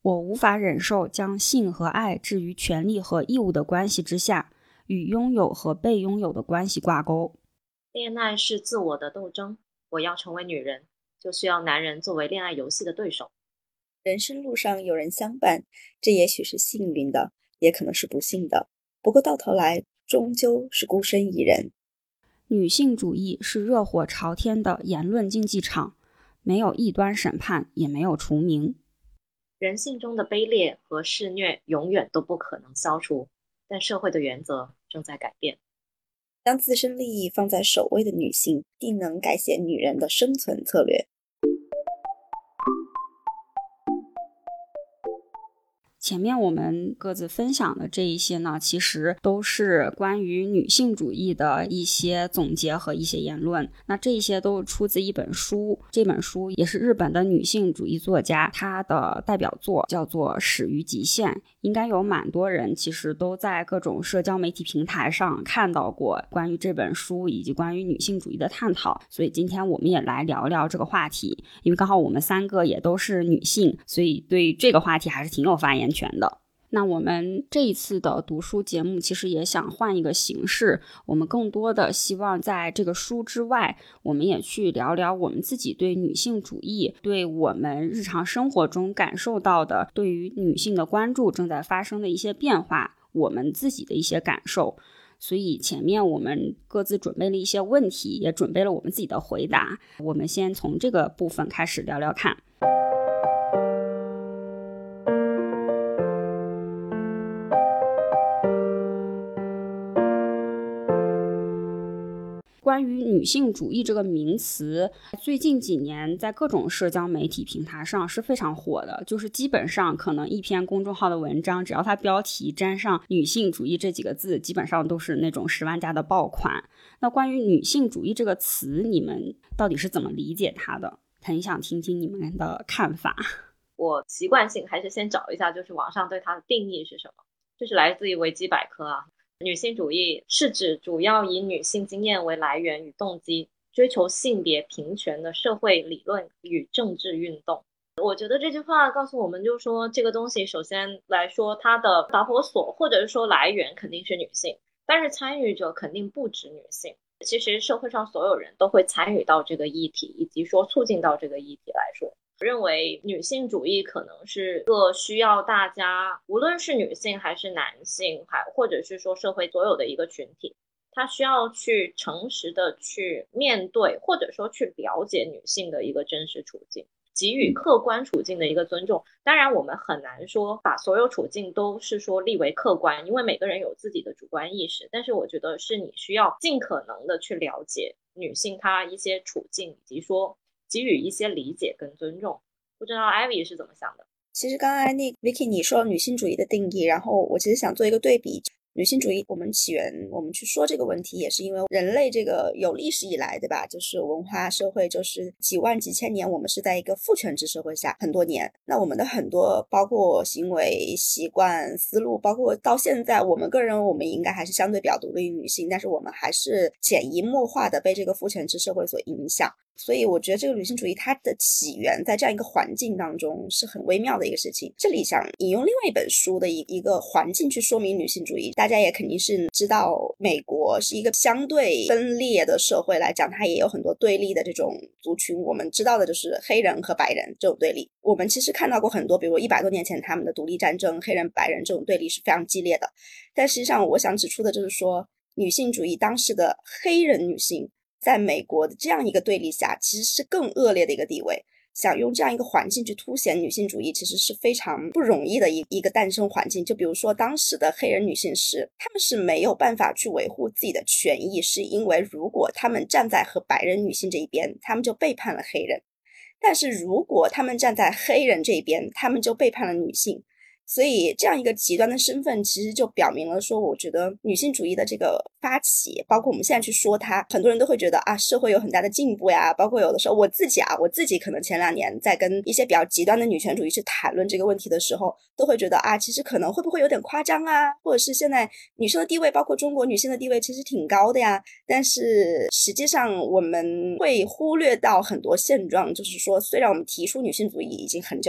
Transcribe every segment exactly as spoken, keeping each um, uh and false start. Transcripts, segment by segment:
我无法忍受将性和爱置于权利和义务的关系之下，与拥有和被拥有的关系挂钩。 恋爱是自我的斗争，我要成为女人，就需要男人作为恋爱游戏的对手。 人生路上有人相伴，这也许是幸运的，也可能是不幸的，不过到头来终究是孤身一人。 女性主义是热火朝天的言论竞技场，没有异端审判，也没有除名。 人性中的卑劣和肆虐永远都不可能消除，但社会的原则正在改变。 将自身利益放在首位的女性，定能改写女人的生存策略。 前面我们各自分享的这一些呢，其实都是关于女性主义的一些总结和一些言论。那这一些都出自一本书，这本书也是日本的女性主义作家她的代表作，叫做《始于极限》。应该有蛮多人其实都在各种社交媒体平台上看到过关于这本书以及关于女性主义的探讨，所以今天我们也来聊聊这个话题。因为刚好我们三个也都是女性，所以对这个话题还是挺有发言权的。那我们这一次的读书节目其实也想换一个形式，我们更多的希望在这个书之外，我们也去聊聊我们自己对女性主义，对我们日常生活中感受到的对于女性的关注正在发生的一些变化，我们自己的一些感受。所以前面我们各自准备了一些问题，也准备了我们自己的回答，我们先从这个部分开始聊聊看。关于女性主义这个名词，最近几年在各种社交媒体平台上是非常火的，就是基本上可能一篇公众号的文章，只要它标题沾上女性主义这几个字，基本上都是那种十万加的爆款。那关于女性主义这个词，你们到底是怎么理解它的？很想听听你们的看法。 我习惯性还是先找一下就是网上对它的定义是什么，这是来自于维基百科啊。女性主义是指主要以女性经验为来源与动机，追求性别平权的社会理论与政治运动。我觉得这句话告诉我们，就是说这个东西首先来说，它的导火索或者是说来源肯定是女性，但是参与者肯定不止女性。其实社会上所有人都会参与到这个议题，以及说促进到这个议题来说。认为女性主义可能是个需要大家，无论是女性还是男性，还或者是说社会所有的一个群体，他需要去诚实的去面对，或者说去了解女性的一个真实处境，给予客观处境的一个尊重。当然我们很难说把所有处境都是说立为客观，因为每个人有自己的主观意识，但是我觉得是你需要尽可能的去了解女性她一些处境，以及说给予一些理解跟尊重。不知道 Ivy 是怎么想的？ 其实刚才那 Vicky 你说女性主义的定义，然后我其实想做一个对比。女性主义我们起源，我们去说这个问题也是因为人类这个有历史以来，对吧，就是文化社会，就是几万几千年我们是在一个父权制社会下很多年，那我们的很多包括行为习惯思路，包括到现在我们个人我们应该还是相对比较独立于女性，但是我们还是潜移默化的被这个父权制社会所影响。所以我觉得这个女性主义它的起源在这样一个环境当中是很微妙的一个事情。这里想引用另外一本书的一个环境去说明女性主义，大家也肯定是知道美国是一个相对分裂的社会来讲，它也有很多对立的这种族群，我们知道的就是黑人和白人这种对立。我们其实看到过很多，比如一百多年前他们的独立战争，黑人白人这种对立是非常激烈的。但实际上我想指出的就是说，女性主义当时的黑人女性在美国的这样一个对立下其实是更恶劣的一个地位，想用这样一个环境去凸显女性主义其实是非常不容易的一一个诞生环境。就比如说当时的黑人女性是她们是没有办法去维护自己的权益，是因为如果她们站在和白人女性这一边，她们就背叛了黑人，但是如果她们站在黑人这一边，她们就背叛了女性。所以这样一个极端的身份其实就表明了说，我觉得女性主义的这个发起，包括我们现在去说它，很多人都会觉得啊，社会有很大的进步呀，包括有的时候我自己啊，我自己可能前两年在跟一些比较极端的女权主义去谈论这个问题的时候，都会觉得啊，其实可能会不会有点夸张啊，或者是现在女生的地位，包括中国女性的地位其实挺高的呀，但是实际上我们会忽略到很多现状，就是说虽然我们提出女性主义已经很久了，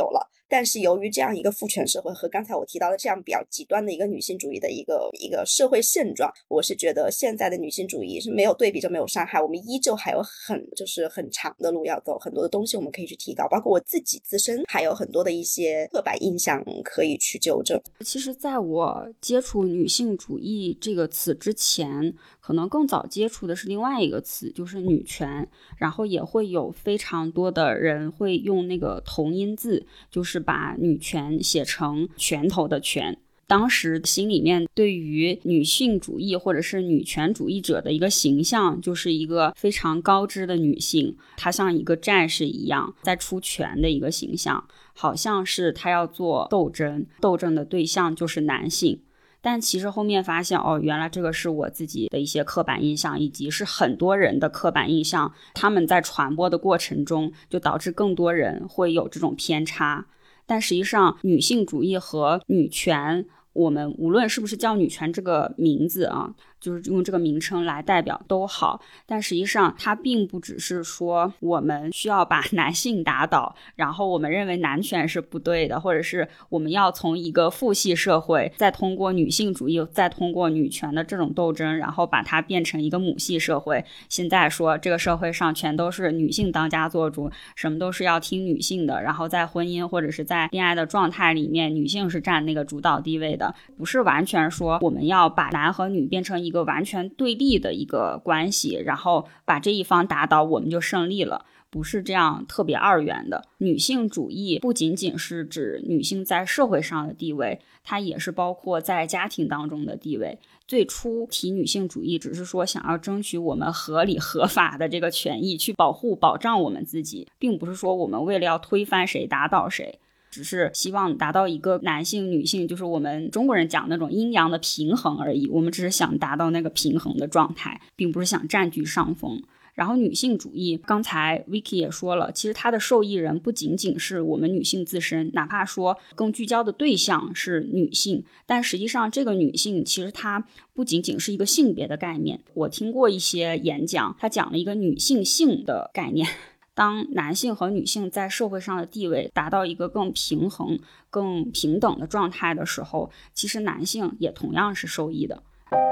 但是由于这样一个父权社会和刚才我提到的这样比较极端的一个女性主义的一个一个社会现状，我是觉得现在的女性主义是没有对比就没有伤害，我们依旧还有很就是很长的路要走，很多的东西我们可以去提高，包括我自己自身还有很多的一些刻板印象可以去纠正。 其实在我接触女性主义这个词之前，可能更早接触的是另外一个词，就是女权，然后也会有非常多的人会用那个同音字，就是把女权写成拳头的拳。当时心里面对于女性主义或者是女权主义者的一个形象，就是一个非常高知的女性，她像一个战士一样在出拳的一个形象，好像是她要做斗争，斗争的对象就是男性。但其实后面发现，哦，原来这个是我自己的一些刻板印象，以及是很多人的刻板印象，他们在传播的过程中就导致更多人会有这种偏差。但实际上女性主义和女权，我们无论是不是叫女权这个名字啊，就是用这个名称来代表都好，但实际上它并不只是说我们需要把男性打倒，然后我们认为男权是不对的，或者是我们要从一个父系社会再通过女性主义再通过女权的这种斗争，然后把它变成一个母系社会，现在说这个社会上全都是女性当家做主，什么都是要听女性的，然后在婚姻或者是在恋爱的状态里面，女性是占那个主导地位的，不是完全说我们要把男和女变成一个完全对立的一个关系，然后把这一方打倒我们就胜利了，不是这样特别二元的。女性主义不仅仅是指女性在社会上的地位，它也是包括在家庭当中的地位。最初提女性主义只是说想要争取我们合理合法的这个权益，去保护保障我们自己，并不是说我们为了要推翻谁打倒谁，只是希望达到一个男性女性，就是我们中国人讲那种阴阳的平衡而已，我们只是想达到那个平衡的状态，并不是想占据上风。然后女性主义刚才 Vicky 也说了，其实它的受益人不仅仅是我们女性自身，哪怕说更聚焦的对象是女性，但实际上这个女性其实它不仅仅是一个性别的概念。我听过一些演讲，它讲了一个女性性的概念，当男性和女性在社会上的地位达到一个更平衡更平等的状态的时候，其实男性也同样是受益的。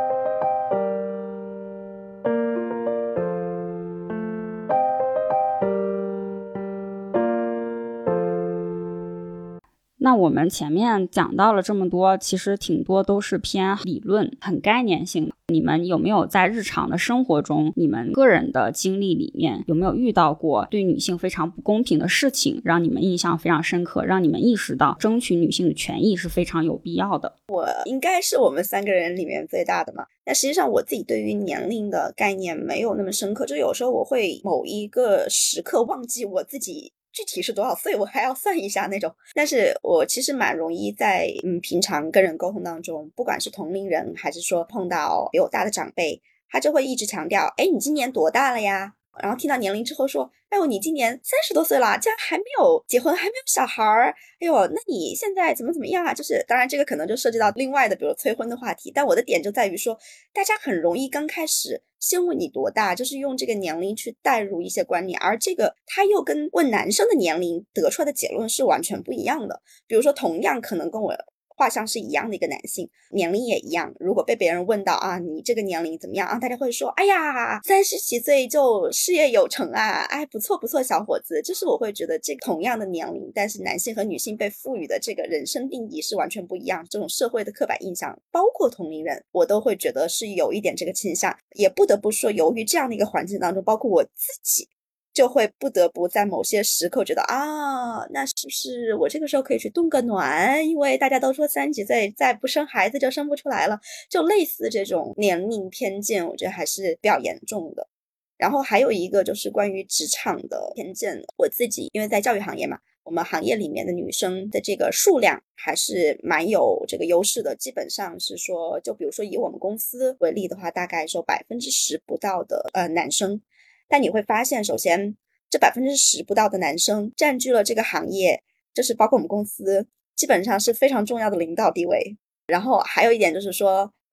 那我们前面讲到了这么多，其实挺多都是偏理论很概念性的，你们有没有在日常的生活中，你们个人的经历里面有没有遇到过对女性非常不公平的事情，让你们印象非常深刻，让你们意识到争取女性的权益是非常有必要的？ 我应该是我们三个人里面最大的嘛，但实际上我自己对于年龄的概念没有那么深刻，就有时候我会某一个时刻忘记我自己具体是多少岁，我还要算一下那种。但是我其实蛮容易在嗯平常跟人沟通当中，不管是同龄人还是说碰到比我大的长辈，他就会一直强调，哎，你今年多大了呀？然后听到年龄之后说，哎呦，你今年三十多岁了，竟然还没有结婚，还没有小孩儿，哎呦，那你现在怎么怎么样啊？就是当然这个可能就涉及到另外的比如催婚的话题，但我的点就在于说，大家很容易刚开始先问你多大，就是用这个年龄去带入一些观念，而这个他又跟问男生的年龄得出来的结论是完全不一样的。比如说同样可能跟我画像是一样的一个男性，年龄也一样，如果被别人问到啊，你这个年龄怎么样啊，大家会说，哎呀，三十几岁就事业有成啊，哎，不错不错小伙子。就是我会觉得这同样的年龄，但是男性和女性被赋予的这个人生定义是完全不一样，这种社会的刻板印象包括同龄人我都会觉得是有一点这个倾向。也不得不说，由于这样的一个环境当中，包括我自己就会不得不在某些时刻觉得啊，那是不是我这个时候可以去冻个暖，因为大家都说三十几岁再不生孩子就生不出来了，就类似这种年龄偏见我觉得还是比较严重的。然后还有一个就是关于职场的偏见，我自己因为在教育行业嘛，我们行业里面的女生的这个数量还是蛮有这个优势的，基本上是说，就比如说以我们公司为例的话，大概是有百分之十不到的呃男生。但你会发现，首先这百分之十不到的男生占据了这个行业，就是包括我们公司基本上是非常重要的领导地位。然后还有一点就是说，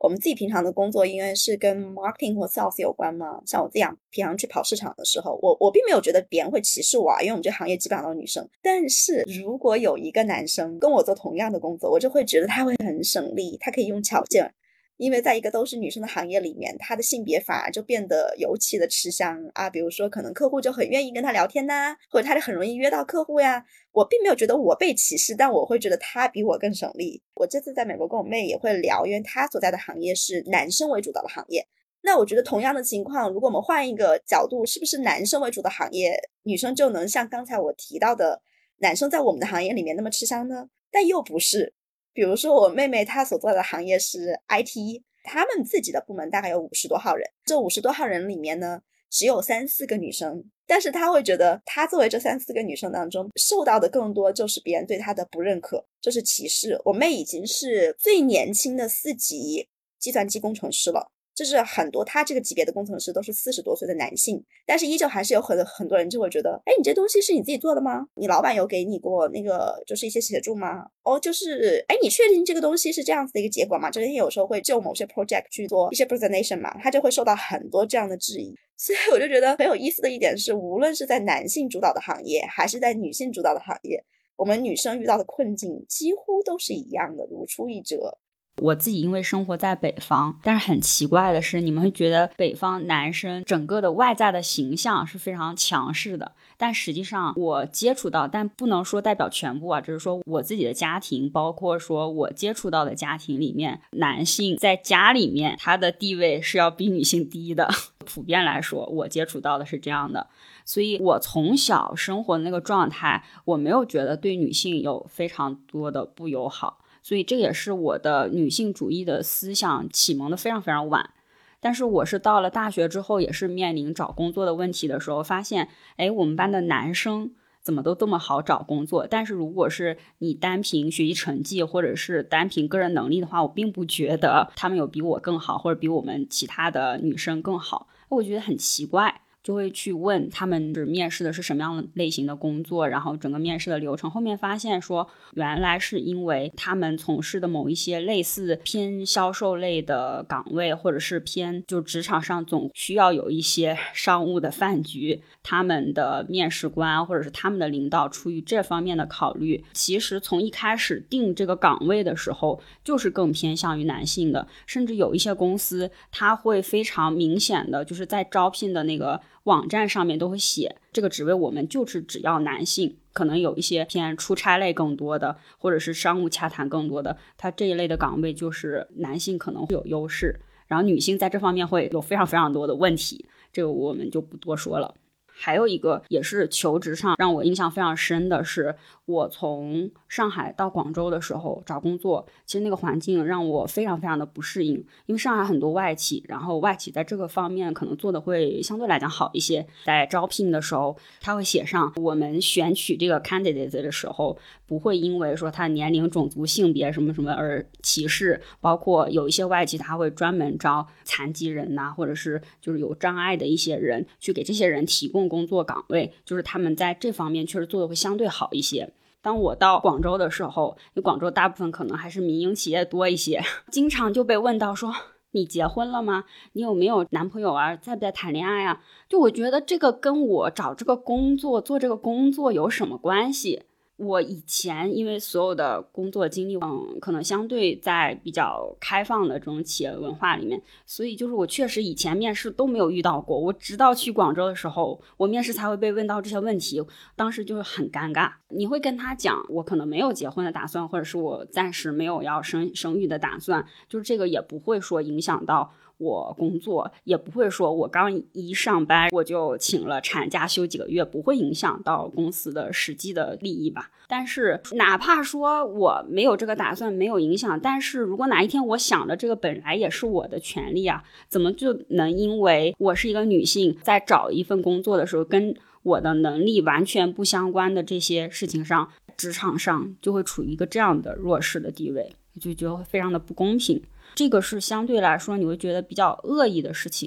我们自己平常的工作因为是跟 marketing 或 sales 有关嘛，像我这样平常去跑市场的时候，我我并没有觉得别人会歧视我啊，因为我们这个行业基本上都是女生。但是如果有一个男生跟我做同样的工作，我就会觉得他会很省力，他可以用巧劲儿，因为在一个都是女生的行业里面，他的性别反而就变得尤其的吃香啊。比如说可能客户就很愿意跟他聊天呐，或者他就很容易约到客户呀。我并没有觉得我被歧视，但我会觉得他比我更省力。我这次在美国跟我妹也会聊，因为她所在的行业是男生为主导的行业。那我觉得同样的情况，如果我们换一个角度，是不是男生为主的行业，女生就能像刚才我提到的男生在我们的行业里面那么吃香呢？但又不是。比如说我妹妹她所做的行业是 I T， 他们自己的部门大概有五十多号人，这五十多号人里面呢只有三四个女生，但是她会觉得她作为这三四个女生当中受到的更多就是别人对她的不认可，就是歧视。我妹已经是最年轻的四级计算机工程师了，就是很多他这个级别的工程师都是四十多岁的男性，但是依旧还是有很很多人就会觉得，哎，你这东西是你自己做的吗？你老板有给你过那个就是一些协助吗？哦，就是哎，你确定这个东西是这样子的一个结果吗？这些有时候会就某些 project 去做一些 presentation 嘛，他就会受到很多这样的质疑。所以我就觉得很有意思的一点是，无论是在男性主导的行业还是在女性主导的行业，我们女生遇到的困境几乎都是一样的，如出一辙。 我自己因为生活在北方，但是很奇怪的是，你们会觉得北方男生整个的外在的形象是非常强势的，但实际上我接触到，但不能说代表全部啊，只是说我自己的家庭，包括说我接触到的家庭里面，男性在家里面他的地位是要比女性低的，普遍来说我接触到的是这样的。所以我从小生活的那个状态，我没有觉得对女性有非常多的不友好，所以这也是我的女性主义的思想启蒙的非常非常晚。但是我是到了大学之后，也是面临找工作的问题的时候，发现哎，我们班的男生怎么都这么好找工作，但是如果是你单凭学习成绩或者是单凭个人能力的话，我并不觉得他们有比我更好，或者比我们其他的女生更好，我觉得很奇怪，就会去问他们是面试的是什么样的类型的工作，然后整个面试的流程。后面发现说，原来是因为他们从事的某一些类似偏销售类的岗位，或者是偏就职场上总需要有一些商务的饭局，他们的面试官或者是他们的领导出于这方面的考虑，其实从一开始定这个岗位的时候就是更偏向于男性的，甚至有一些公司他会非常明显的就是在招聘的那个网站上面都会写这个职位我们就是只要男性，可能有一些偏出差类更多的，或者是商务洽谈更多的，它这一类的岗位就是男性可能会有优势，然后女性在这方面会有非常非常多的问题，这个我们就不多说了。还有一个也是求职上让我印象非常深的是，我从上海到广州的时候找工作，其实那个环境让我非常非常的不适应，因为上海很多外企，然后外企在这个方面可能做的会相对来讲好一些，在招聘的时候他会写上我们选取这个 candidate 的时候不会因为说他年龄种族性别什么什么而歧视，包括有一些外企他会专门招残疾人呐、啊，或者是就是有障碍的一些人去给这些人提供工作岗位，就是他们在这方面确实做的会相对好一些。当我到广州的时候，因为广州大部分可能还是民营企业多一些，经常就被问到说你结婚了吗？你有没有男朋友啊？在不在谈恋爱啊？就我觉得这个跟我找这个工作做这个工作有什么关系？我以前因为所有的工作经历嗯，可能相对在比较开放的这种企业文化里面，所以就是我确实以前面试都没有遇到过，我直到去广州的时候我面试才会被问到这些问题，当时就是很尴尬。你会跟他讲我可能没有结婚的打算，或者是我暂时没有要生生育的打算，就是这个也不会说影响到我工作，也不会说我刚一上班我就请了产假休几个月，不会影响到公司的实际的利益吧。但是哪怕说我没有这个打算没有影响，但是如果哪一天我想的这个本来也是我的权利啊，怎么就能因为我是一个女性在找一份工作的时候跟我的能力完全不相关的这些事情上，职场上就会处于一个这样的弱势的地位，就觉得非常的不公平。这个是相对来说你会觉得比较恶意的事情。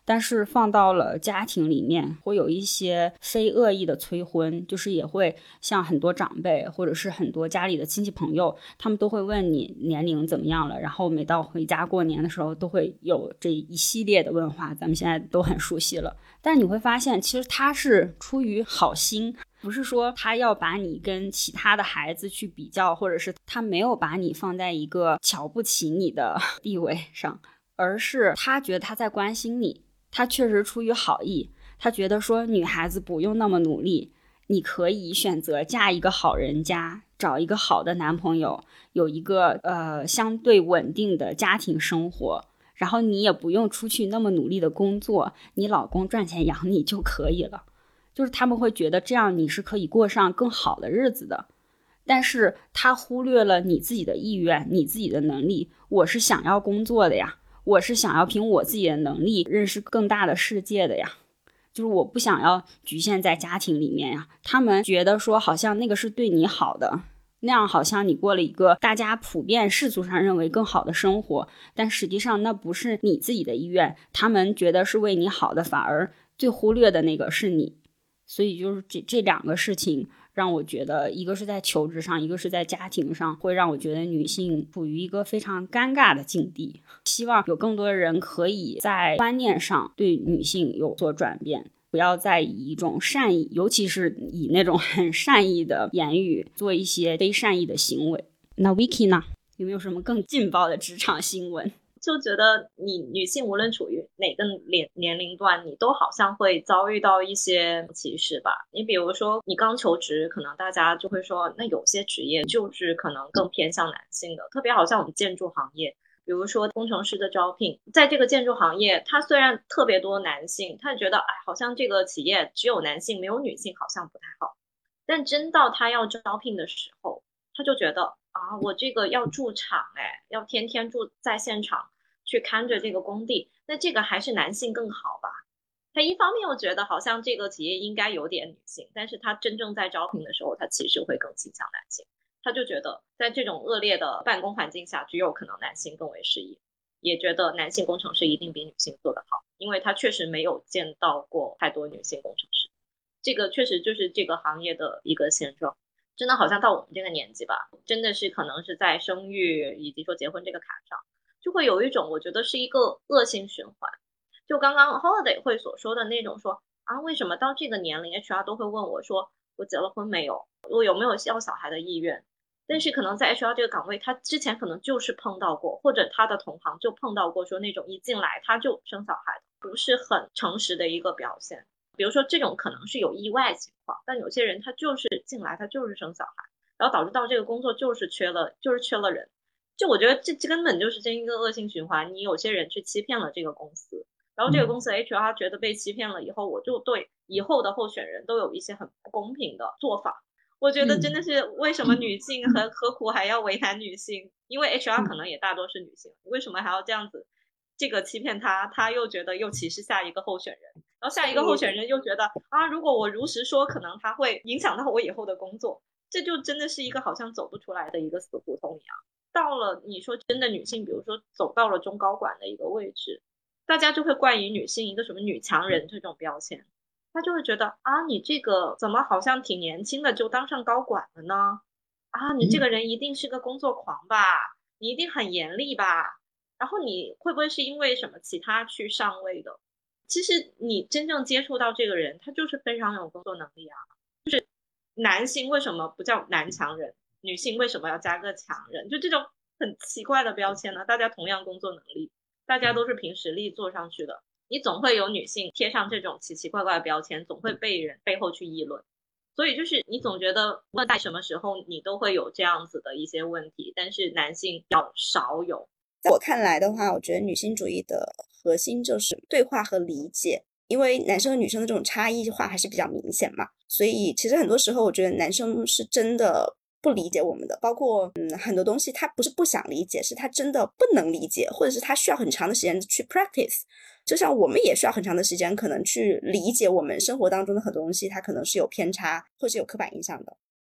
但是放到了家庭里面，会有一些非恶意的催婚，就是也会像很多长辈或者是很多家里的亲戚朋友，他们都会问你年龄怎么样了，然后每到回家过年的时候都会有这一系列的问话，咱们现在都很熟悉了。但你会发现其实他是出于好心，不是说他要把你跟其他的孩子去比较，或者是他没有把你放在一个瞧不起你的地位上，而是他觉得他在关心你，他确实出于好意，他觉得说女孩子不用那么努力，你可以选择嫁一个好人家，找一个好的男朋友，有一个呃相对稳定的家庭生活，然后你也不用出去那么努力的工作，你老公赚钱养你就可以了。就是他们会觉得这样你是可以过上更好的日子的，但是他忽略了你自己的意愿，你自己的能力。我是想要工作的呀，我是想要凭我自己的能力认识更大的世界的呀，就是我不想要局限在家庭里面呀。他们觉得说好像那个是对你好的，那样好像你过了一个大家普遍世俗上认为更好的生活，但实际上那不是你自己的意愿，他们觉得是为你好的，反而最忽略的那个是你。所以就是这这两个事情让我觉得，一个是在求职上，一个是在家庭上，会让我觉得女性处于一个非常尴尬的境地。希望有更多的人可以在观念上对女性有所转变，不要再以一种善意，尤其是以那种很善意的言语做一些非善意的行为。那 Vicky 呢？有没有什么更劲爆的职场新闻？ 就觉得你女性无论处于哪个年年龄段，你都好像会遭遇到一些歧视吧。你比如说你刚求职，可能大家就会说那有些职业就是可能更偏向男性的，特别好像我们建筑行业，比如说工程师的招聘，在这个建筑行业它虽然特别多男性，他觉得哎，好像这个企业只有男性没有女性好像不太好，但真到他要招聘的时候，他就觉得啊，我这个要驻场，哎，要天天住在现场去看着这个工地，那这个还是男性更好吧。他一方面我觉得好像这个企业应该有点女性，但是他真正在招聘的时候，他其实会更倾向男性。他就觉得在这种恶劣的办公环境下，只有可能男性更为适宜，也觉得男性工程师一定比女性做得好，因为他确实没有见到过太多女性工程师。这个确实就是这个行业的一个现状。真的好像到我们这个年纪吧，真的是可能是在生育以及说结婚这个坎上，就会有一种我觉得是一个恶性循环。就刚刚 Holiday 会所说的那种说啊，为什么到这个年龄 H R 都会问我说我结了婚没有，我有没有要小孩的意愿，但是可能在 H R 这个岗位他之前可能就是碰到过，或者他的同行就碰到过说那种一进来他就生小孩，不是很诚实的一个表现。比如说这种可能是有意外情况，但有些人他就是进来他就是生小孩，然后导致到这个工作就是缺了就是缺了人。就我觉得这这根本就是真一个恶性循环，你有些人去欺骗了这个公司，然后这个公司 H R 觉得被欺骗了以后，我就对以后的候选人都有一些很不公平的做法。我觉得真的是为什么女性何何苦还要为难女性，因为 H R 可能也大多是女性，为什么还要这样子这个欺骗他，他又觉得又歧视下一个候选人，然后下一个候选人又觉得啊，如果我如实说可能他会影响到我以后的工作，这就真的是一个好像走不出来的一个死胡同一样。到了你说真的女性比如说走到了中高管的一个位置，大家就会冠以女性一个什么女强人这种标签，他就会觉得啊，你这个怎么好像挺年轻的就当上高管了呢？啊，你这个人一定是个工作狂吧，你一定很严厉吧，然后你会不会是因为什么其他去上位的？其实你真正接触到这个人，他就是非常有工作能力啊。就是男性为什么不叫男强人，女性为什么要加个强人？就这种很奇怪的标签呢？大家同样工作能力，大家都是凭实力做上去的，你总会有女性贴上这种奇奇怪怪的标签，总会被人背后去议论。所以就是你总觉得无论在什么时候你都会有这样子的一些问题，但是男性比较少有。 在我看来的话，我觉得女性主义的核心就是对话和理解，因为男生和女生的这种差异化还是比较明显嘛，所以其实很多时候我觉得男生是真的不理解我们的，包括嗯很多东西他不是不想理解，是他真的不能理解，或者是他需要很长的时间去 practice。 就像我们也需要很长的时间可能去理解我们生活当中的很多东西，它可能是有偏差或是有刻板印象的。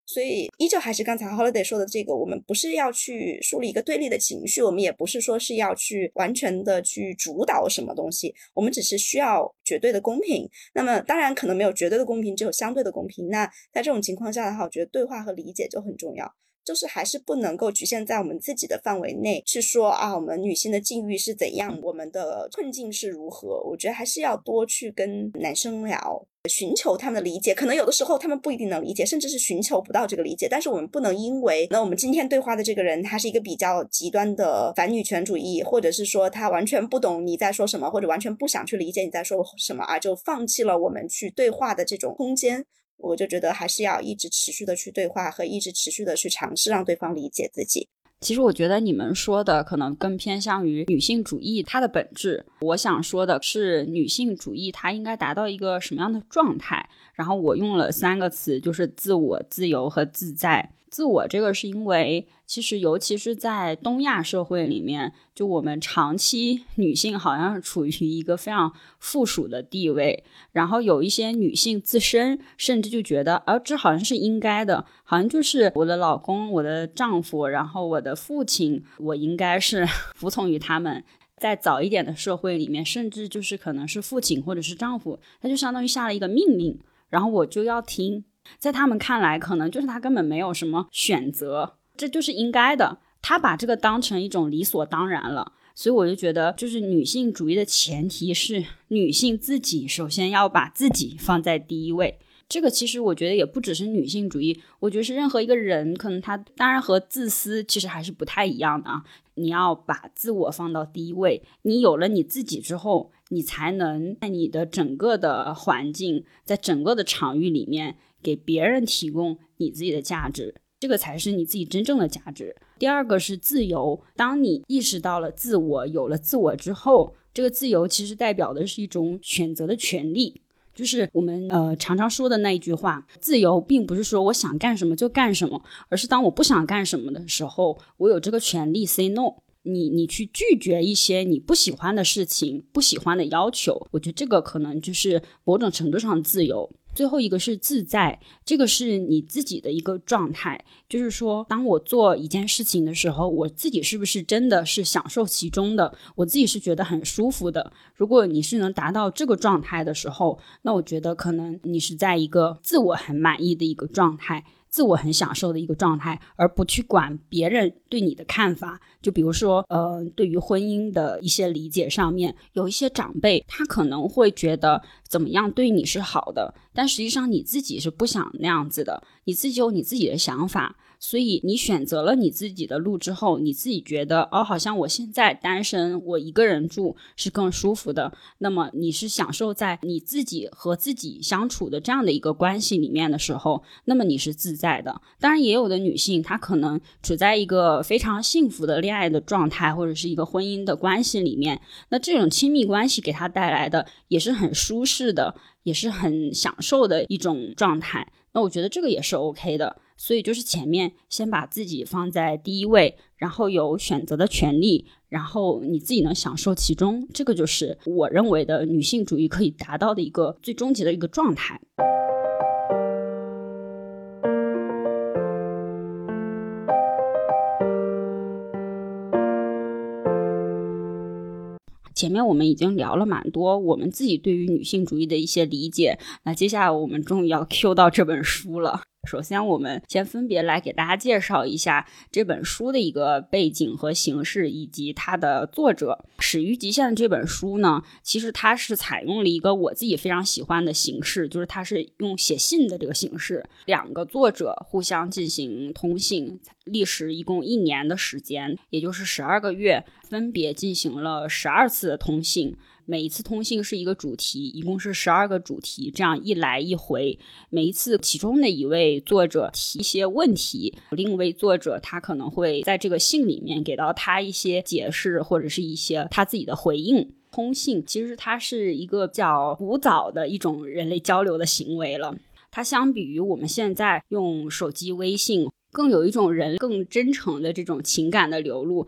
所以依旧还是刚才 Holiday 说的这个，我们不是要去树立一个对立的情绪，我们也不是说是要去完全的去主导什么东西，我们只是需要绝对的公平。那么当然可能没有绝对的公平，只有相对的公平。那在这种情况下的话，我觉得对话和理解就很重要，就是还是不能够局限在我们自己的范围内去说啊，我们女性的境遇是怎样，我们的困境是如何。我觉得还是要多去跟男生聊，寻求他们的理解，可能有的时候他们不一定能理解，甚至是寻求不到这个理解，但是我们不能因为那我们今天对话的这个人他是一个比较极端的反女权主义，或者是说他完全不懂你在说什么，或者完全不想去理解你在说什么啊，就放弃了我们去对话的这种空间。我就觉得还是要一直持续的去对话和一直持续的去尝试让对方理解自己。 其实我觉得你们说的可能更偏向于女性主义它的本质，我想说的是女性主义它应该达到一个什么样的状态，然后我用了三个词，就是自我、自由和自在。自我这个是因为其实尤其是在东亚社会里面，就我们长期女性好像是处于一个非常附属的地位，然后有一些女性自身甚至就觉得啊，这好像是应该的，好像就是我的老公、我的丈夫，然后我的父亲，我应该是服从于他们。在早一点的社会里面，甚至就是可能是父亲或者是丈夫，他就相当于下了一个命令，然后我就要听。在他们看来可能就是他根本没有什么选择，这就是应该的，他把这个当成一种理所当然了。所以我就觉得就是女性主义的前提是女性自己首先要把自己放在第一位。这个其实我觉得也不只是女性主义，我觉得是任何一个人，可能他当然和自私其实还是不太一样的啊。你要把自我放到第一位，你有了你自己之后，你才能在你的整个的环境，在整个的场域里面给别人提供你自己的价值，这个才是你自己真正的价值。第二个是自由，当你意识到了自我，有了自我之后，这个自由其实代表的是一种选择的权利，就是我们呃常常说的那一句话，自由并不是说我想干什么就干什么，而是当我不想干什么的时候，我有这个权利 say no， 你你去拒绝一些你不喜欢的事情，不喜欢的要求，我觉得这个可能就是某种程度上的自由。最后一个是自在，这个是你自己的一个状态，就是说当我做一件事情的时候，我自己是不是真的是享受其中的，我自己是觉得很舒服的。如果你是能达到这个状态的时候，那我觉得可能你是在一个自我很满意的一个状态，自我很享受的一个状态，而不去管别人对你的看法。就比如说呃，对于婚姻的一些理解上面，有一些长辈他可能会觉得怎么样对你是好的，但实际上你自己是不想那样子的，你自己有你自己的想法，所以你选择了你自己的路之后，你自己觉得哦，好像我现在单身，我一个人住是更舒服的，那么你是享受在你自己和自己相处的这样的一个关系里面的时候，那么你是自在的。当然也有的女性她可能处在一个非常幸福的恋爱的状态，或者是一个婚姻的关系里面，那这种亲密关系给她带来的也是很舒适的，也是很享受的一种状态，那我觉得这个也是 OK 的。所以就是前面先把自己放在第一位，然后有选择的权利，然后你自己能享受其中，这个就是我认为的女性主义可以达到的一个最终极的一个状态。前面我们已经聊了蛮多我们自己对于女性主义的一些理解，那接下来我们终于要 Q 到这本书了。首先我们先分别来给大家介绍一下这本书的一个背景和形式，以及它的作者。始于极限这本书呢，其实它是采用了一个我自己非常喜欢的形式，就是它是用写信的这个形式，两个作者互相进行通信，历时一共一年的时间，也就是十二个月，分别进行了十二次的通信。每一次通信是一个主题，一共是十二个主题，这样一来一回，每一次其中的一位作者提一些问题，另一位作者他可能会在这个信里面给到他一些解释，或者是一些他自己的回应。通信其实它是一个比较古早的一种人类交流的行为了，它相比于我们现在用手机微信更有一种人更真诚的这种情感的流露。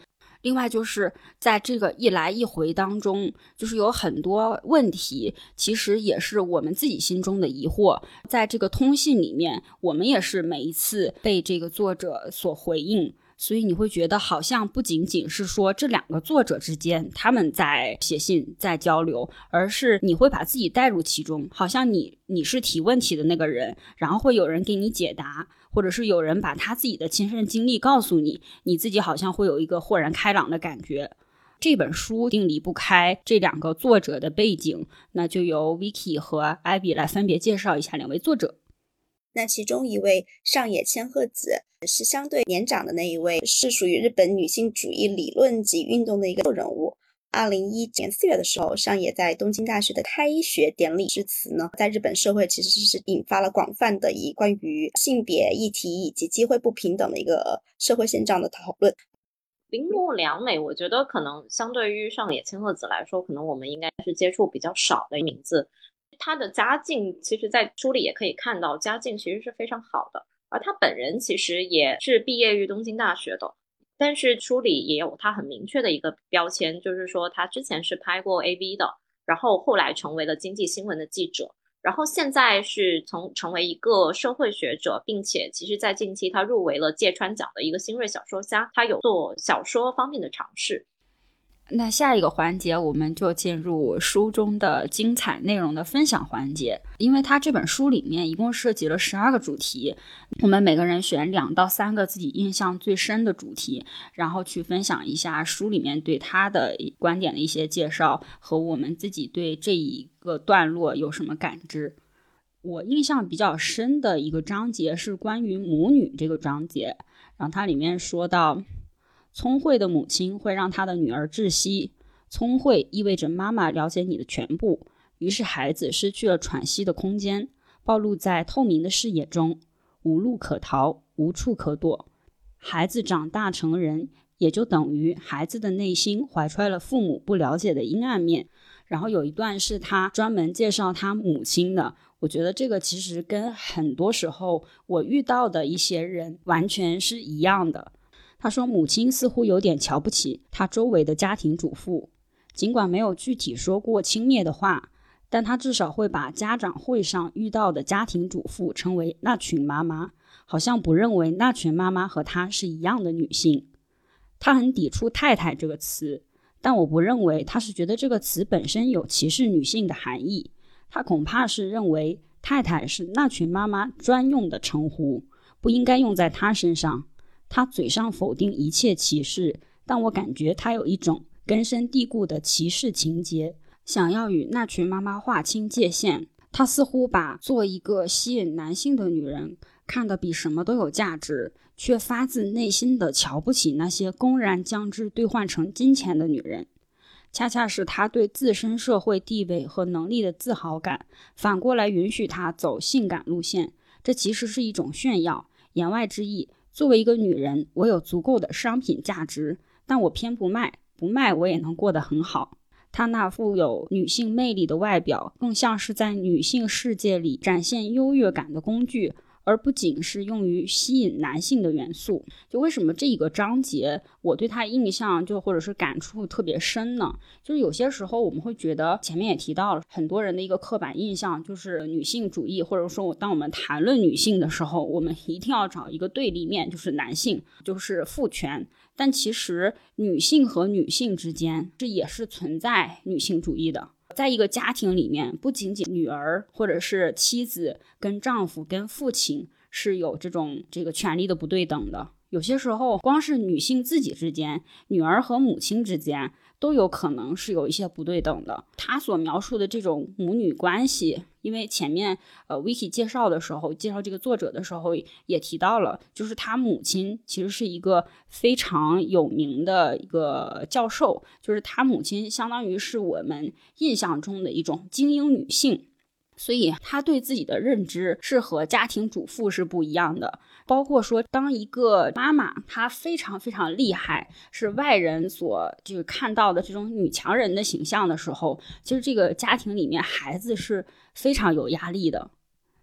另外就是在这个一来一回当中，就是有很多问题其实也是我们自己心中的疑惑，在这个通信里面我们也是每一次被这个作者所回应，所以你会觉得好像不仅仅是说这两个作者之间他们在写信在交流，而是你会把自己带入其中，好像你你是提问题的那个人，然后会有人给你解答，或者是有人把他自己的亲身经历告诉你，你自己好像会有一个豁然开朗的感觉。这本书定离不开这两个作者的背景，那就由 Vicky 和 Abby 来分别介绍一下两位作者。 那其中一位上野千鹤子是相对年长的那一位，是属于日本女性主义理论及运动的一个人物。二零一九年四月的时候，上野在东京大学的开学典礼致辞呢，在日本社会其实是引发了广泛的以关于性别议题以及机会不平等的一个社会现状的讨论。 铃木良美我觉得可能相对于上野千鹤子来说，可能我们应该是接触比较少的名字。他的家境其实在书里也可以看到，家境其实是非常好的，而他本人其实也是毕业于东京大学的，但是书里也有他很明确的一个标签，就是说他之前是拍过 A V 的，然后后来成为了经济新闻的记者，然后现在是从成为一个社会学者，并且其实在近期他入围了芥川奖的一个新锐小说家，他有做小说方面的尝试。 那下一个环节我们就进入书中的精彩内容的分享环节，因为它这本书里面一共涉及了十二个主题，我们每个人选两到三个自己印象最深的主题，然后去分享一下书里面对它的观点的一些介绍和我们自己对这一个段落有什么感知。我印象比较深的一个章节是关于母女这个章节，然后它里面说到，聪慧的母亲会让她的女儿窒息，聪慧意味着妈妈了解你的全部，于是孩子失去了喘息的空间，暴露在透明的视野中，无路可逃，无处可躲。孩子长大成人，也就等于孩子的内心怀揣了父母不了解的阴暗面。然后有一段是他专门介绍他母亲的，我觉得这个其实跟很多时候我遇到的一些人完全是一样的。他说母亲似乎有点瞧不起他周围的家庭主妇，尽管没有具体说过轻蔑的话，但他至少会把家长会上遇到的家庭主妇称为那群妈妈，好像不认为那群妈妈和他是一样的女性。他很抵触太太这个词，但我不认为他是觉得这个词本身有歧视女性的含义，他恐怕是认为太太是那群妈妈专用的称呼，不应该用在他身上。他嘴上否定一切歧视，但我感觉他有一种根深蒂固的歧视情节，想要与那群妈妈划清界限。他似乎把做一个吸引男性的女人看得比什么都有价值，却发自内心的瞧不起那些公然将之兑换成金钱的女人。恰恰是他对自身社会地位和能力的自豪感，反过来允许他走性感路线，这其实是一种炫耀。言外之意，作为一个女人，我有足够的商品价值，但我偏不卖，不卖我也能过得很好。她那富有女性魅力的外表，更像是在女性世界里展现优越感的工具，而不仅是用于吸引男性的元素。就为什么这一个章节我对它印象就或者是感触特别深呢？就是有些时候我们会觉得，前面也提到了很多人的一个刻板印象，就是女性主义，或者说当我们谈论女性的时候，我们一定要找一个对立面，就是男性，就是父权。但其实女性和女性之间这也是存在女性主义的。在一个家庭里面，不仅仅女儿或者是妻子跟丈夫跟父亲是有这种这个权利的不对等的，有些时候光是女性自己之间，女儿和母亲之间都有可能是有一些不对等的。他所描述的这种母女关系，因为前面呃 Vicky 介绍的时候，介绍这个作者的时候也提到了，就是他母亲其实是一个非常有名的一个教授，就是他母亲相当于是我们印象中的一种精英女性，所以他对自己的认知是和家庭主妇是不一样的。包括说当一个妈妈她非常非常厉害，是外人所就是看到的这种女强人的形象的时候，其实这个家庭里面孩子是非常有压力的。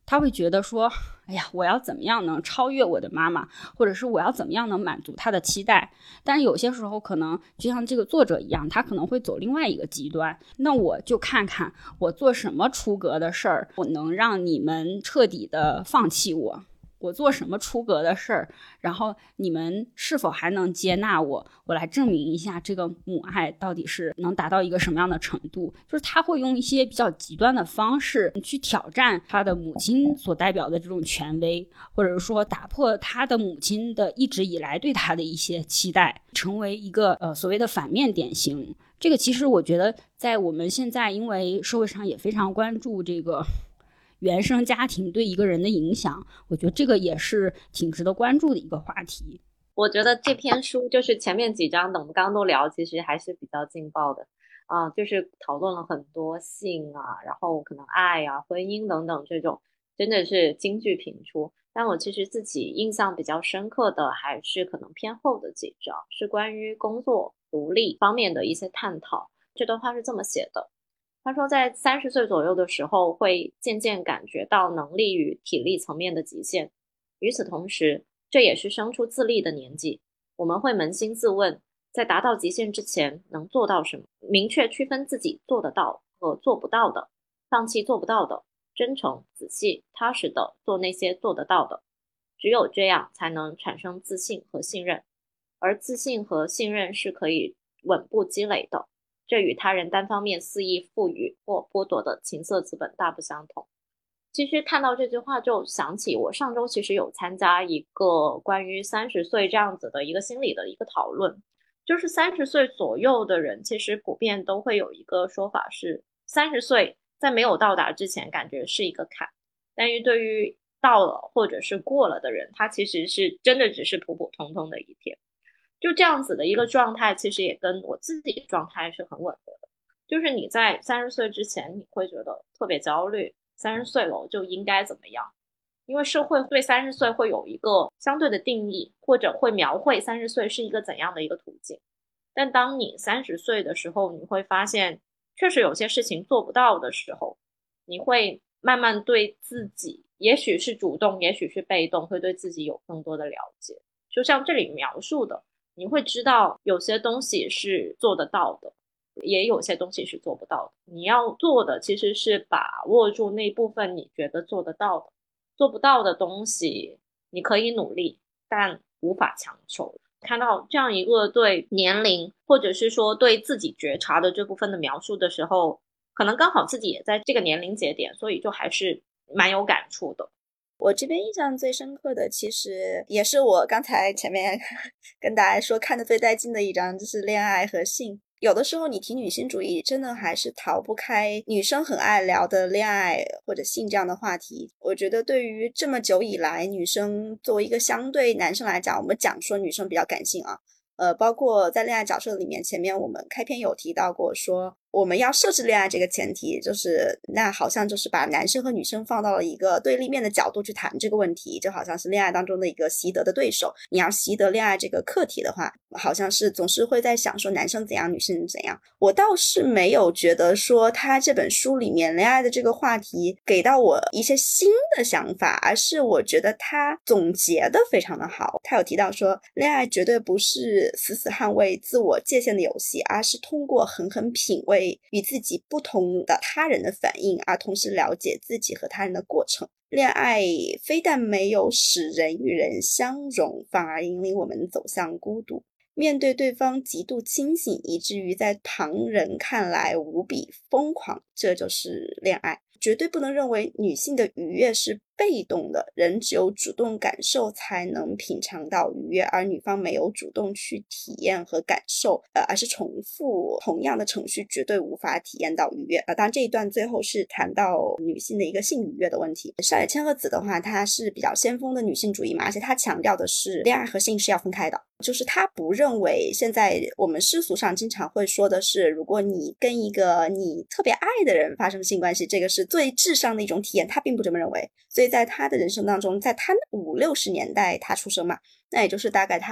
他会觉得说，哎呀，我要怎么样能超越我的妈妈，或者是我要怎么样能满足她的期待。但是有些时候可能就像这个作者一样，他可能会走另外一个极端，那我就看看我做什么出格的事儿，我能让你们彻底的放弃我，我做什么出格的事儿，然后你们是否还能接纳我，我来证明一下这个母爱到底是能达到一个什么样的程度。就是他会用一些比较极端的方式去挑战他的母亲所代表的这种权威，或者说打破他的母亲的一直以来对他的一些期待，成为一个呃所谓的反面典型。这个其实我觉得在我们现在因为社会上也非常关注这个原生家庭对一个人的影响，我觉得这个也是挺值得关注的一个话题。 我觉得这篇书就是前面几章的我们刚刚都聊，其实还是比较劲爆的啊、呃，就是讨论了很多性啊，然后可能爱啊、婚姻等等，这种真的是金句频出。但我其实自己印象比较深刻的还是可能偏后的几章，是关于工作独立方面的一些探讨。这段话是这么写的，他说在三十岁左右的时候会渐渐感觉到能力与体力层面的极限，与此同时这也是生出自立的年纪，我们会扪心自问，在达到极限之前能做到什么，明确区分自己做得到和做不到的，放弃做不到的，真诚、仔细、踏实的做那些做得到的。只有这样才能产生自信和信任，而自信和信任是可以稳步积累的，这与他人单方面肆意赋予或剥夺的情色资本大不相同。其实看到这句话就想起我上周其实有参加一个关于三十岁这样子的一个心理的一个讨论，就是三十岁左右的人其实普遍都会有一个说法是，三十岁在没有到达之前感觉是一个坎，但是对于到了或者是过了的人，他其实是真的只是普普通通的一天。就这样子的一个状态其实也跟我自己的状态是很吻合的，就是你在三十岁之前你会觉得特别焦虑，三十岁了就应该怎么样，因为社会对三十岁会有一个相对的定义，或者会描绘三十岁是一个怎样的一个途径。但当你三十岁的时候，你会发现确实有些事情做不到的时候，你会慢慢对自己，也许是主动也许是被动，会对自己有更多的了解。就像这里描述的，你会知道有些东西是做得到的，也有些东西是做不到的。你要做的其实是把握住那部分你觉得做得到的，做不到的东西你可以努力，但无法强求。看到这样一个对年龄或者是说对自己觉察的这部分的描述的时候，可能刚好自己也在这个年龄节点，所以就还是蛮有感触的。 我这边印象最深刻的其实也是我刚才前面跟大家说看的最带劲的一章，就是恋爱和性。有的时候你提女性主义真的还是逃不开女生很爱聊的恋爱或者性这样的话题。我觉得对于这么久以来女生作为一个相对男生来讲，我们讲说女生比较感性啊，呃，包括在恋爱角色里面，前面我们开篇有提到过说我们要设置恋爱这个前提，就是那好像就是把男生和女生放到了一个对立面的角度去谈这个问题，就好像是恋爱当中的一个习得的对手。你要习得恋爱这个课题的话，好像是总是会在想说男生怎样女生怎样。我倒是没有觉得说他这本书里面恋爱的这个话题给到我一些新的想法，而是我觉得他总结的非常的好。他有提到说恋爱绝对不是死死捍卫自我界限的游戏，而是通过狠狠品味与自己不同的他人的反应，而同时了解自己和他人的过程。恋爱非但没有使人与人相融，反而引领我们走向孤独。面对对方极度清醒，以至于在旁人看来无比疯狂，这就是恋爱。绝对不能认为女性的愉悦是被动的，人只有主动感受才能品尝到愉悦，而女方没有主动去体验和感受，呃，而是重复同样的程序，绝对无法体验到愉悦。呃，当然这一段最后是谈到女性的一个性愉悦的问题。上野千鹤子的话，她是比较先锋的女性主义嘛，而且她强调的是恋爱和性是要分开的，就是她不认为现在我们世俗上经常会说的是，如果你跟一个你特别爱的人发生性关系，这个是最至上的一种体验，她并不这么认为。所以在她的人生当中，在她五六十年代她出生嘛，那也就是大概她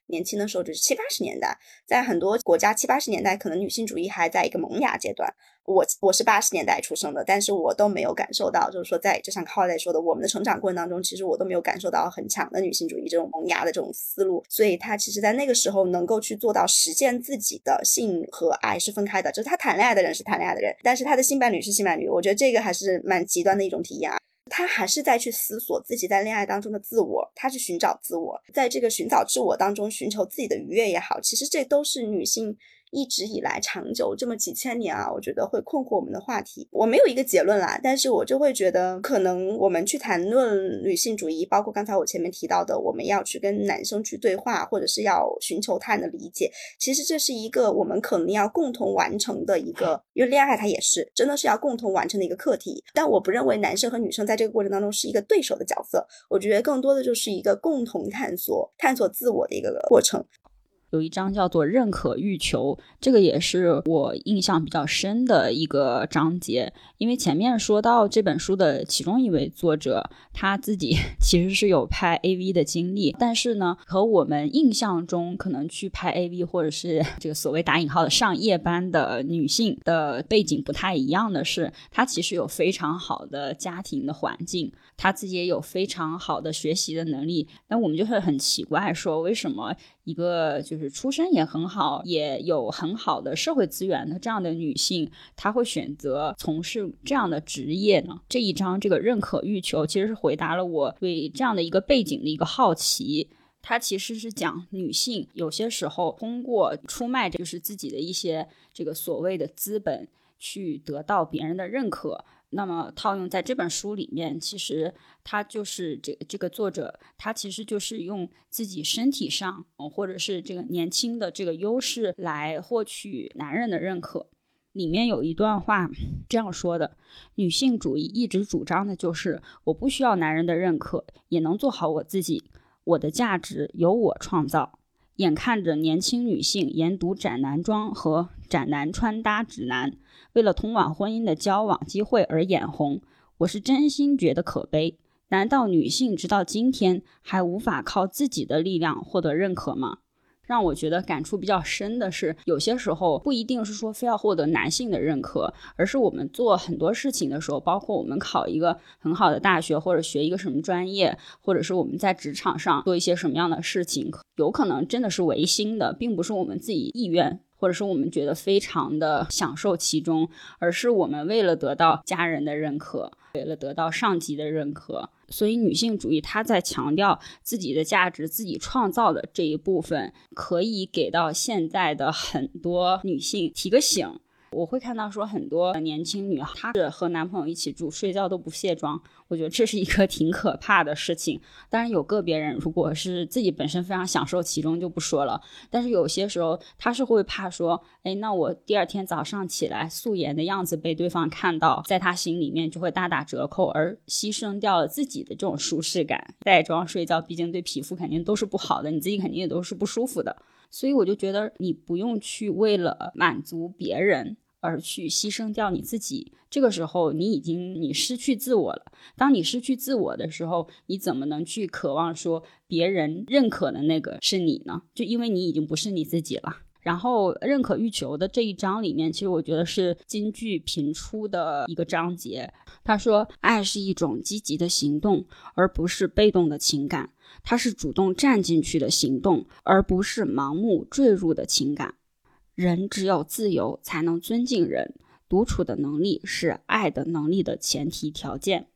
年轻的时候，就是七八十年代，在很多国家七八十年代可能女性主义还在一个萌芽阶段。我我是八十年代出生的，但是我都没有感受到，就是说在就像 Holiday 说的，我们的成长过程当中，其实我都没有感受到很强的女性主义这种萌芽的这种思路。所以他其实在那个时候能够去做到实践自己的性和爱是分开的，就是他谈恋爱的人是谈恋爱的人，但是他的性伴侣是性伴侣，我觉得这个还是蛮极端的一种体验啊。他还是在去思索自己在恋爱当中的自我，他去寻找自我，在这个寻找自我当中寻求自己的愉悦也好，其实这都是女性一直以来长久这么几千年啊，我觉得会困惑我们的话题。我没有一个结论啦，但是我就会觉得可能我们去谈论女性主义，包括刚才我前面提到的我们要去跟男生去对话，或者是要寻求他人的理解，其实这是一个我们可能要共同完成的一个，因为恋爱它也是真的是要共同完成的一个课题。但我不认为男生和女生在这个过程当中是一个对手的角色，我觉得更多的就是一个共同探索探索自我的一个过程。 有一章叫做认可欲求，这个也是我印象比较深的一个章节。因为前面说到这本书的其中一位作者，他自己其实是有拍 A V 的经历，但是呢和我们印象中可能去拍 A V 或者是这个所谓打引号的上夜班的女性的背景不太一样的是，他其实有非常好的家庭的环境，他自己也有非常好的学习的能力。但我们就会很奇怪说，为什么一个就是出身也很好也有很好的社会资源的这样的女性，她会选择从事这样的职业呢？这一章这个认可欲求其实是回答了我对这样的一个背景的一个好奇。它其实是讲女性有些时候通过出卖就是自己的一些这个所谓的资本去得到别人的认可。那么套用在这本书里面，其实他就是这这个作者，他其实就是用自己身体上、嗯、或者是这个年轻的这个优势来获取男人的认可。里面有一段话这样说的：女性主义一直主张的就是我不需要男人的认可，也能做好我自己，我的价值由我创造。眼看着年轻女性研读斩男装和斩男穿搭指南，为了通往婚姻的交往机会而眼红，我是真心觉得可悲。难道女性直到今天还无法靠自己的力量获得认可吗？让我觉得感触比较深的是，有些时候不一定是说非要获得男性的认可，而是我们做很多事情的时候，包括我们考一个很好的大学，或者学一个什么专业，或者是我们在职场上做一些什么样的事情，有可能真的是违心的，并不是我们自己意愿，或者是我们觉得非常的享受其中，而是我们为了得到家人的认可，为了得到上级的认可。所以女性主义它在强调自己的价值，自己创造的这一部分，可以给到现在的很多女性提个醒。我会看到说很多年轻女她是和男朋友一起住，睡觉都不卸妆，我觉得这是一个挺可怕的事情。当然有个别人如果是自己本身非常享受其中就不说了，但是有些时候她是会怕说，哎，那我第二天早上起来素颜的样子被对方看到，在她心里面就会大打折扣，而牺牲掉了自己的这种舒适感。带妆睡觉毕竟对皮肤肯定都是不好的，你自己肯定也都是不舒服的。所以我就觉得你不用去为了满足别人而去牺牲掉你自己，这个时候你已经你失去自我了。当你失去自我的时候，你怎么能去渴望说别人认可的那个是你呢？就因为你已经不是你自己了。然后认可欲求的这一章里面，其实我觉得是金句频出的一个章节。他说，爱是一种积极的行动，而不是被动的情感，它是主动站进去的行动，而不是盲目坠入的情感。人只有自由才能尊敬人，独处的能力是爱的能力的前提条件。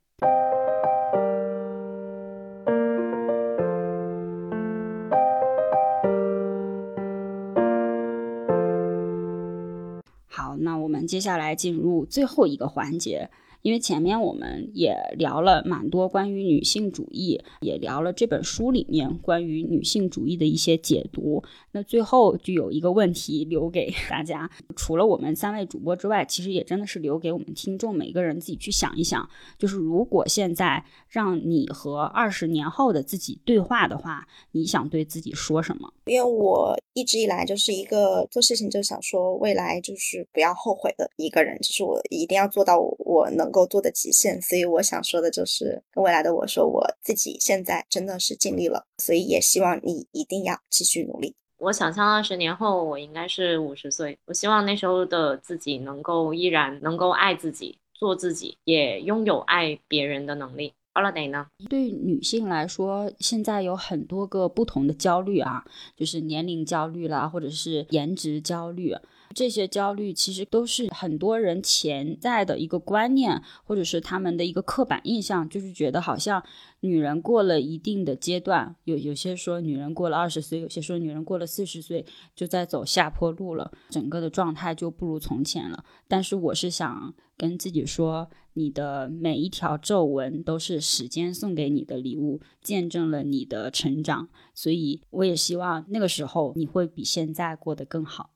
好，那我们接下来进入最后一个环节。因为前面我们也聊了蛮多关于女性主义，也聊了这本书里面关于女性主义的一些解读。那最后就有一个问题留给大家，除了我们三位主播之外，其实也真的是留给我们听众每个人自己去想一想，就是如果现在让你和二十年后的自己对话的话，你想对自己说什么？ 因为我一直以来就是一个做事情就想说未来就是不要后悔的一个人，就是我一定要做到我能能够做的极限。所以我想说的就是跟未来的我说，我自己现在真的是尽力了，所以也希望你一定要继续努力。 我想象二十年后我应该是五十岁，我希望那时候的自己能够依然能够爱自己，做自己，也拥有爱别人的能力。Holiday 呢？ 对于女性来说，现在有很多个不同的焦虑啊，就是年龄焦虑啦，或者是颜值焦虑，这些焦虑其实都是很多人潜在的一个观念，或者是他们的一个刻板印象，就是觉得好像女人过了一定的阶段，有有些说女人过了二十岁，有些说女人过了四十岁就在走下坡路了，整个的状态就不如从前了。但是我是想跟自己说，你的每一条皱纹都是时间送给你的礼物，见证了你的成长，所以我也希望那个时候你会比现在过得更好。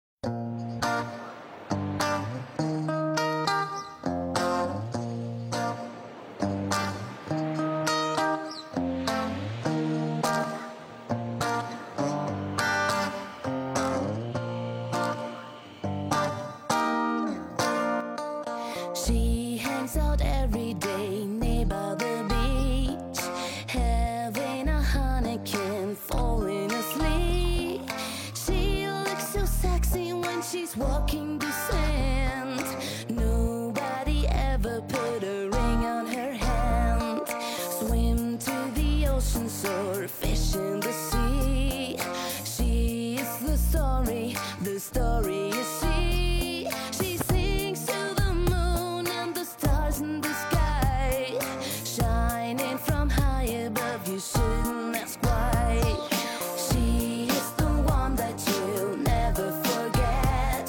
She hangs out every day near by the beach, having a honeycomb, falling asleep. She looks so sexy when she's walking the sand. Nobody ever put a ring on her hand. Swim to the ocean, soar, fish in the sea. She is the story, the story is she. She sings to the moon and the stars in the sky, shining from high above, you shouldn't ask why. She is the one that you'll never forget.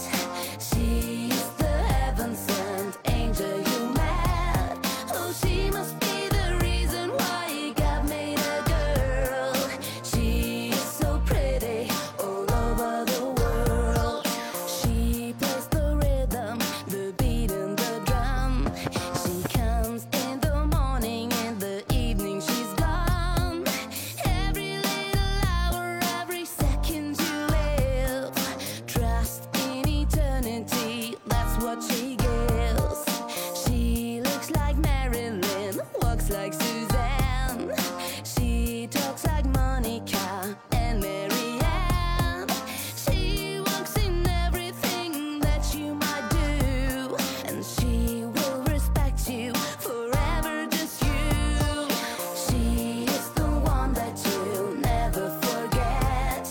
She is the heaven-sent angel you met. Oh, she must be the reason why God made a girl. She is so pretty all over the world. She plays the rhythm, the beat and the drum. She comes in the morning, in the evening she's gone. Every little hour, every second you live, trust in eternity, that's what she gives. She looks like Marilyn, walks like Suzanne. She talks like Monica and Marianne. She walks in everything that you might do, and she will respect you forever, just you. She is the one that you'll never forget.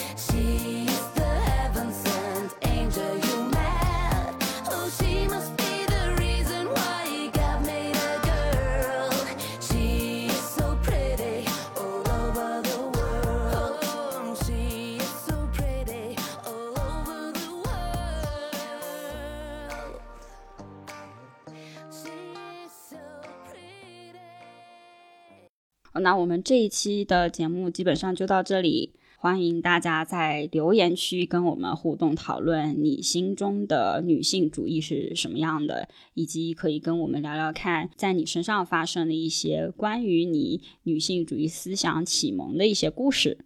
She is the heaven-sent angel you met. Oh, she must be the reason why God made a girl. She is so pretty all over the world. Oh, she is so pretty all over the world. She is so pretty. 那我们这一期的节目基本上就到这里，欢迎大家在留言区跟我们互动讨论你心中的女性主义是什么样的，以及可以跟我们聊聊看在你身上发生的一些关于你女性主义思想启蒙的一些故事。